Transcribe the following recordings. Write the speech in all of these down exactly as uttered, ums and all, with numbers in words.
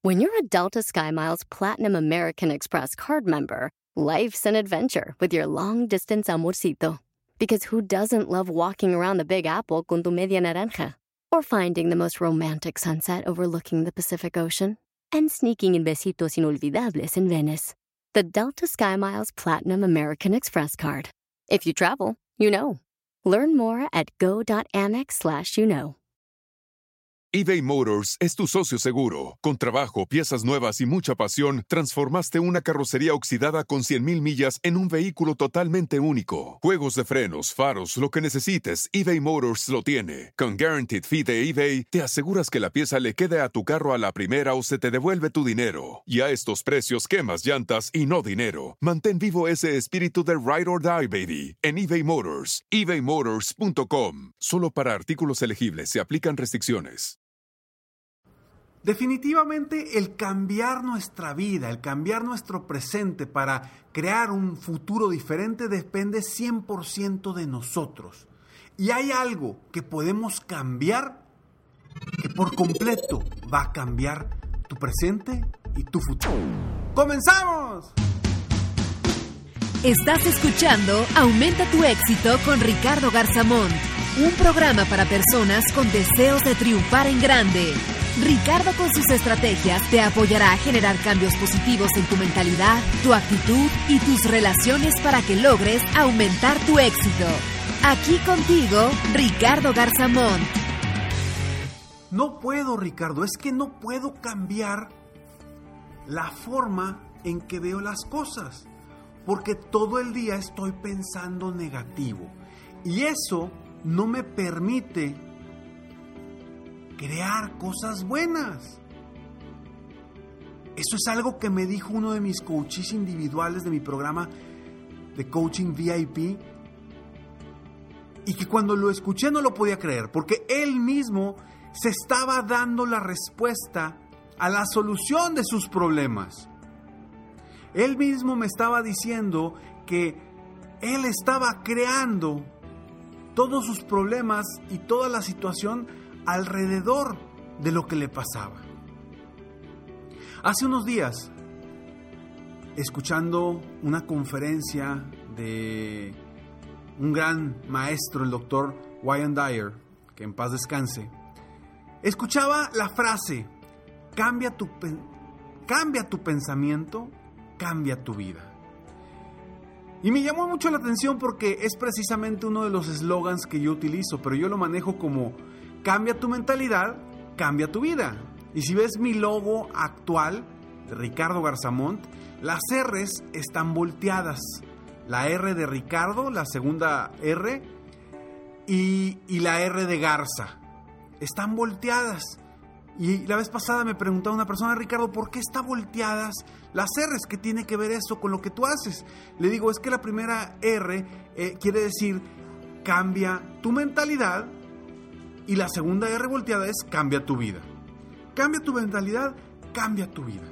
When you're a Delta SkyMiles Platinum American Express card member, life's an adventure with your long-distance amorcito. Because who doesn't love walking around the Big Apple con tu media naranja? Or finding the most romantic sunset overlooking the Pacific Ocean? And sneaking in besitos inolvidables in Venice. The Delta SkyMiles Platinum American Express card. If you travel, you know. Learn more at go.amex slash you know. eBay Motors es tu socio seguro. Con trabajo, piezas nuevas y mucha pasión, transformaste una carrocería oxidada con cien mil millas en un vehículo totalmente único. Juegos de frenos, faros, lo que necesites, eBay Motors lo tiene. Con Guaranteed Fee de eBay, te aseguras que la pieza le quede a tu carro a la primera o se te devuelve tu dinero. Y a estos precios, quemas llantas y no dinero. Mantén vivo ese espíritu de Ride or Die, baby, en eBay Motors. ebay motors punto com. Solo para artículos elegibles se aplican restricciones. Definitivamente el cambiar nuestra vida, el cambiar nuestro presente para crear un futuro diferente depende cien por ciento de nosotros. Y hay algo que podemos cambiar que por completo va a cambiar tu presente y tu futuro. ¡Comenzamos! Estás escuchando Aumenta tu éxito con Ricardo Garzamont, un programa para personas con deseos de triunfar en grande. Ricardo con sus estrategias te apoyará a generar cambios positivos en tu mentalidad, tu actitud y tus relaciones para que logres aumentar tu éxito. Aquí contigo, Ricardo Garzamont. No puedo, Ricardo, es que no puedo cambiar la forma en que veo las cosas, porque todo el día estoy pensando negativo y eso no me permite crear cosas buenas. Eso es algo que me dijo uno de mis coaches individuales de mi programa de coaching V I P y que cuando lo escuché no lo podía creer porque él mismo se estaba dando la respuesta a la solución de sus problemas. Él mismo me estaba diciendo que él estaba creando todos sus problemas y toda la situación alrededor de lo que le pasaba. Hace unos días, escuchando una conferencia de un gran maestro, el doctor Wayne Dyer, que en paz descanse, escuchaba la frase, cambia tu, cambia tu pensamiento, cambia tu vida. Y me llamó mucho la atención porque es precisamente uno de los eslogans que yo utilizo, pero yo lo manejo como cambia tu mentalidad, cambia tu vida. Y si ves mi logo actual de Ricardo Garzamont, las R's están volteadas. La R de Ricardo, la segunda R, y, y la R de Garza. Están volteadas. Y la vez pasada me preguntaba una persona, Ricardo, ¿por qué están volteadas las R's? ¿Qué tiene que ver eso con lo que tú haces? Le digo, es que la primera R eh, quiere decir cambia tu mentalidad. Y la segunda R volteada es cambia tu vida. Cambia tu mentalidad, cambia tu vida.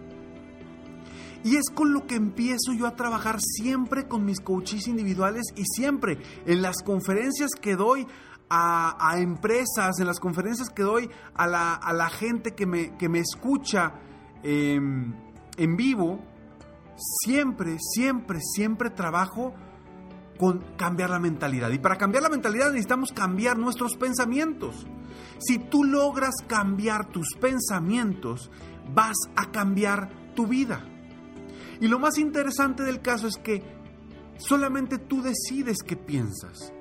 Y es con lo que empiezo yo a trabajar siempre con mis coaches individuales y siempre en las conferencias que doy a, a empresas, en las conferencias que doy a la, a la gente que me, que me escucha eh, en vivo. Siempre, siempre, siempre trabajo con cambiar la mentalidad. Y para cambiar la mentalidad necesitamos cambiar nuestros pensamientos. Si tú logras cambiar tus pensamientos, vas a cambiar tu vida. Y lo más interesante del caso es que solamente tú decides qué piensas.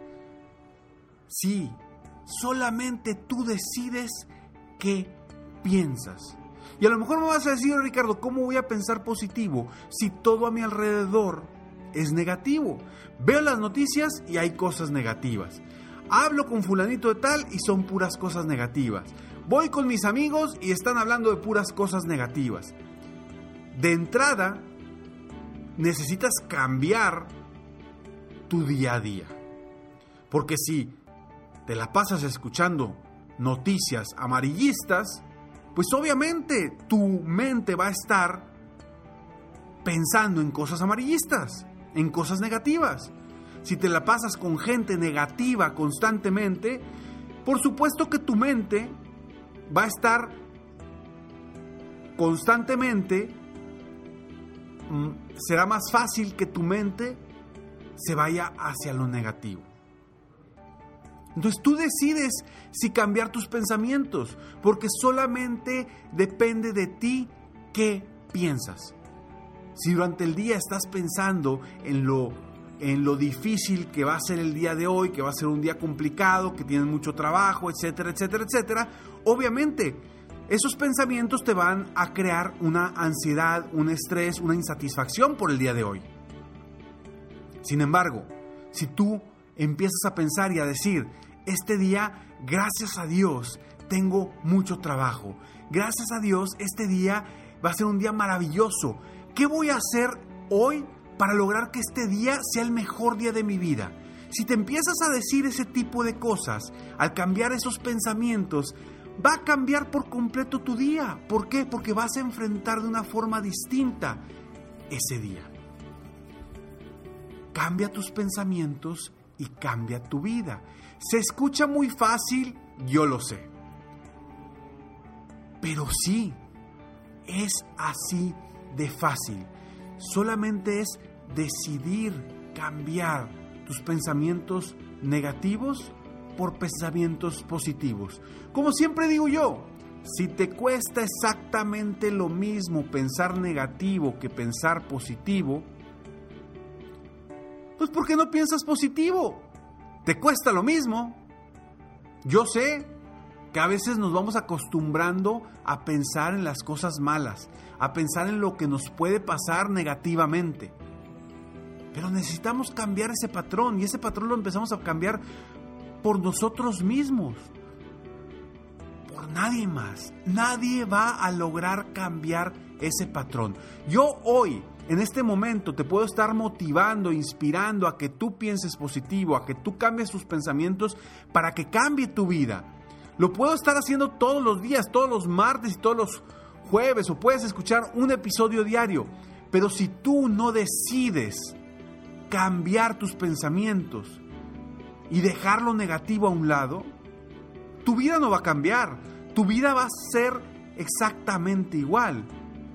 Sí, solamente tú decides qué piensas. Y a lo mejor me vas a decir, Ricardo, ¿cómo voy a pensar positivo si todo a mi alrededor es negativo? Veo las noticias y hay cosas negativas. Hablo con fulanito de tal y son puras cosas negativas. Voy con mis amigos y están hablando de puras cosas negativas. De entrada, necesitas cambiar tu día a día. Porque si te la pasas escuchando noticias amarillistas, pues obviamente tu mente va a estar pensando en cosas amarillistas, en cosas negativas. Si te la pasas con gente negativa constantemente, por supuesto que tu mente va a estar constantemente, será más fácil que tu mente se vaya hacia lo negativo. Entonces tú decides si cambiar tus pensamientos, porque solamente depende de ti qué piensas. Si durante el día estás pensando en lo, en lo difícil que va a ser el día de hoy, que va a ser un día complicado, que tienes mucho trabajo, etcétera, etcétera, etcétera, obviamente esos pensamientos te van a crear una ansiedad, un estrés, una insatisfacción por el día de hoy. Sin embargo, si tú empiezas a pensar y a decir, este día, gracias a Dios, tengo mucho trabajo. Gracias a Dios, este día va a ser un día maravilloso. ¿Qué voy a hacer hoy para lograr que este día sea el mejor día de mi vida? Si te empiezas a decir ese tipo de cosas, al cambiar esos pensamientos, va a cambiar por completo tu día. ¿Por qué? Porque vas a enfrentar de una forma distinta ese día. Cambia tus pensamientos y cambia tu vida. Se escucha muy fácil, yo lo sé. Pero sí, es así de fácil. Solamente es decidir cambiar tus pensamientos negativos por pensamientos positivos. Como siempre digo yo, si te cuesta exactamente lo mismo pensar negativo que pensar positivo, pues ¿por qué no piensas positivo? Te cuesta lo mismo. Yo sé que a veces nos vamos acostumbrando a pensar en las cosas malas, a pensar en lo que nos puede pasar negativamente. Pero necesitamos cambiar ese patrón, y ese patrón lo empezamos a cambiar por nosotros mismos, por nadie más. Nadie va a lograr cambiar ese patrón. Yo hoy, en este momento, te puedo estar motivando, inspirando a que tú pienses positivo, a que tú cambies tus pensamientos para que cambie tu vida. Lo puedo estar haciendo todos los días, todos los martes y todos los jueves, o puedes escuchar un episodio diario. Pero si tú no decides cambiar tus pensamientos y dejar lo negativo a un lado, tu vida no va a cambiar. Tu vida va a ser exactamente igual.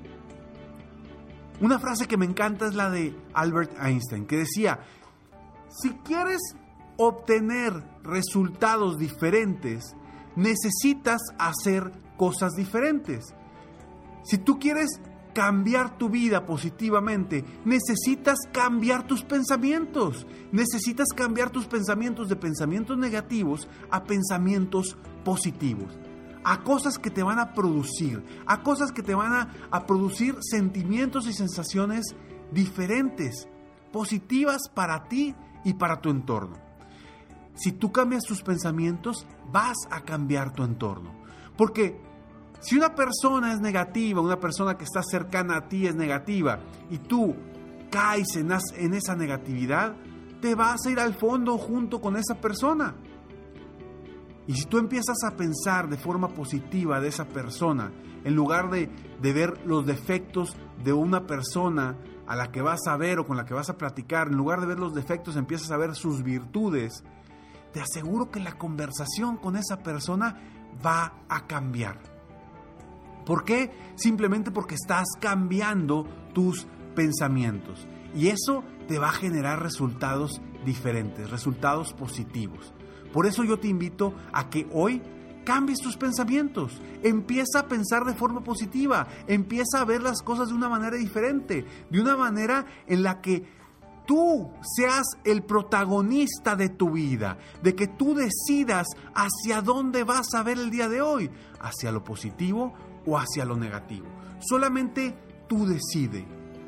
Una frase que me encanta es la de Albert Einstein, que decía, si quieres obtener resultados diferentes, necesitas hacer cosas diferentes. Si tú quieres cambiar tu vida positivamente, necesitas cambiar tus pensamientos. Necesitas cambiar tus pensamientos de pensamientos negativos a pensamientos positivos. A cosas que te van a producir, a cosas que te van a, a producir sentimientos y sensaciones diferentes, positivas para ti y para tu entorno. Si tú cambias tus pensamientos, vas a cambiar tu entorno. Porque si una persona es negativa, una persona que está cercana a ti es negativa, y tú caes en, en esa negatividad, te vas a ir al fondo junto con esa persona. Y si tú empiezas a pensar de forma positiva de esa persona, en lugar de, de ver los defectos de una persona a la que vas a ver o con la que vas a platicar, en lugar de ver los defectos, empiezas a ver sus virtudes, te aseguro que la conversación con esa persona va a cambiar. ¿Por qué? Simplemente porque estás cambiando tus pensamientos. Y eso te va a generar resultados diferentes, resultados positivos. Por eso yo te invito a que hoy cambies tus pensamientos. Empieza a pensar de forma positiva. Empieza a ver las cosas de una manera diferente. De una manera en la que tú seas el protagonista de tu vida. De que tú decidas hacia dónde vas a ver el día de hoy. Hacia lo positivo o hacia lo negativo. Solamente tú decides.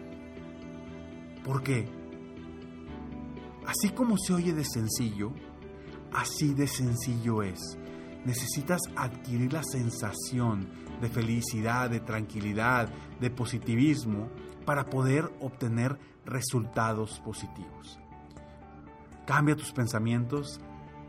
¿Por qué? Así como se oye de sencillo, así de sencillo es. Necesitas adquirir la sensación de felicidad, de tranquilidad, de positivismo para poder obtener resultados positivos. Cambia tus pensamientos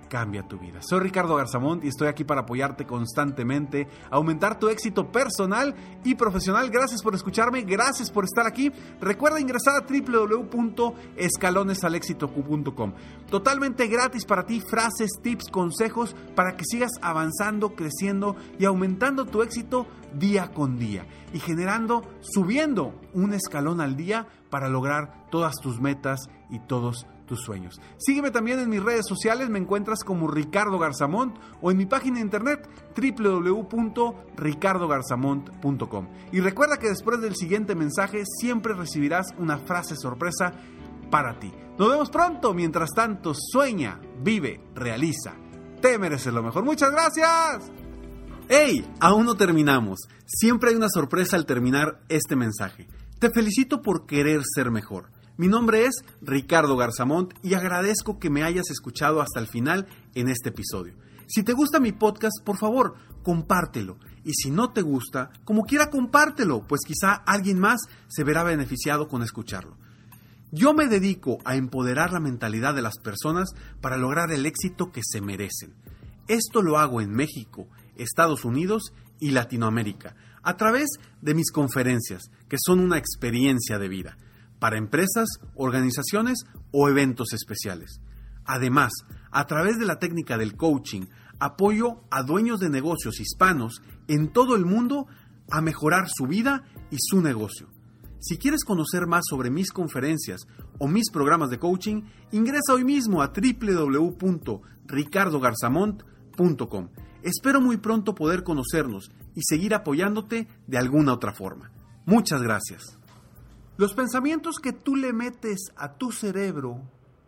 cambia tu vida. Soy Ricardo Garzamont y estoy aquí para apoyarte constantemente, aumentar tu éxito personal y profesional. Gracias por escucharme, gracias por estar aquí. Recuerda ingresar a doble u doble u doble u punto escalones al éxito punto com. Totalmente gratis para ti, frases, tips, consejos para que sigas avanzando, creciendo y aumentando tu éxito día con día y generando, subiendo un escalón al día para lograr todas tus metas y todos tus sueños. Sígueme también en mis redes sociales, me encuentras como Ricardo Garzamont o en mi página de internet doble u doble u doble u punto ricardo garzamont punto com. Y recuerda que después del siguiente mensaje siempre recibirás una frase sorpresa para ti. Nos vemos pronto, mientras tanto sueña, vive, realiza. Te mereces lo mejor. ¡Muchas gracias! ¡Hey! Aún no terminamos. Siempre hay una sorpresa al terminar este mensaje. Te felicito por querer ser mejor. Mi nombre es Ricardo Garzamont y agradezco que me hayas escuchado hasta el final en este episodio. Si te gusta mi podcast, por favor, compártelo. Y si no te gusta, como quiera compártelo, pues quizá alguien más se verá beneficiado con escucharlo. Yo me dedico a empoderar la mentalidad de las personas para lograr el éxito que se merecen. Esto lo hago en México, Estados Unidos y Latinoamérica, a través de mis conferencias, que son una experiencia de vida, para empresas, organizaciones o eventos especiales. Además, a través de la técnica del coaching, apoyo a dueños de negocios hispanos en todo el mundo a mejorar su vida y su negocio. Si quieres conocer más sobre mis conferencias o mis programas de coaching, ingresa hoy mismo a doble u doble u doble u punto ricardo garzamont punto com. Espero muy pronto poder conocernos y seguir apoyándote de alguna otra forma. Muchas gracias. Los pensamientos que tú le metes a tu cerebro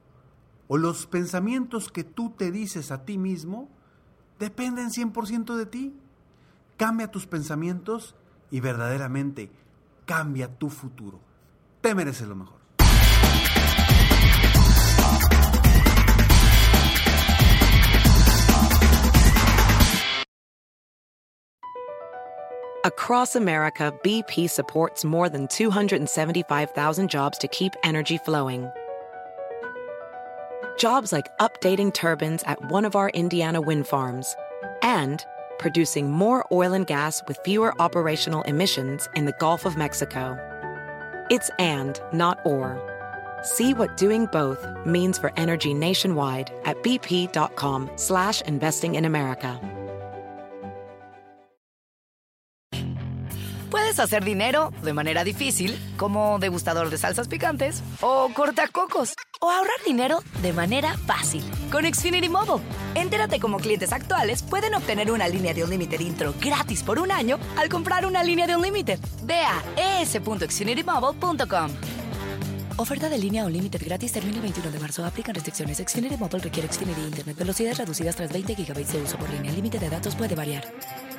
o los pensamientos que tú te dices a ti mismo dependen cien por ciento de ti. Cambia tus pensamientos y verdaderamente cambia tu futuro. Te mereces lo mejor. Across America, B P supports more than two hundred seventy-five thousand jobs to keep energy flowing. Jobs like updating turbines at one of our Indiana wind farms and producing more oil and gas with fewer operational emissions in the Gulf of Mexico. It's and, not or. See what doing both means for energy nationwide at bp.com slash investing in America. Puedes hacer dinero de manera difícil, como degustador de salsas picantes, o cortacocos, o ahorrar dinero de manera fácil con Xfinity Mobile. Entérate cómo clientes actuales pueden obtener una línea de Unlimited intro gratis por un año al comprar una línea de Unlimited. Ve a e s punto xfinity mobile punto com. Oferta de línea Unlimited gratis termina el veintiuno de marzo. Aplican restricciones. Xfinity Mobile requiere Xfinity Internet. Velocidades reducidas tras veinte gigabytes de uso por línea. El límite de datos puede variar.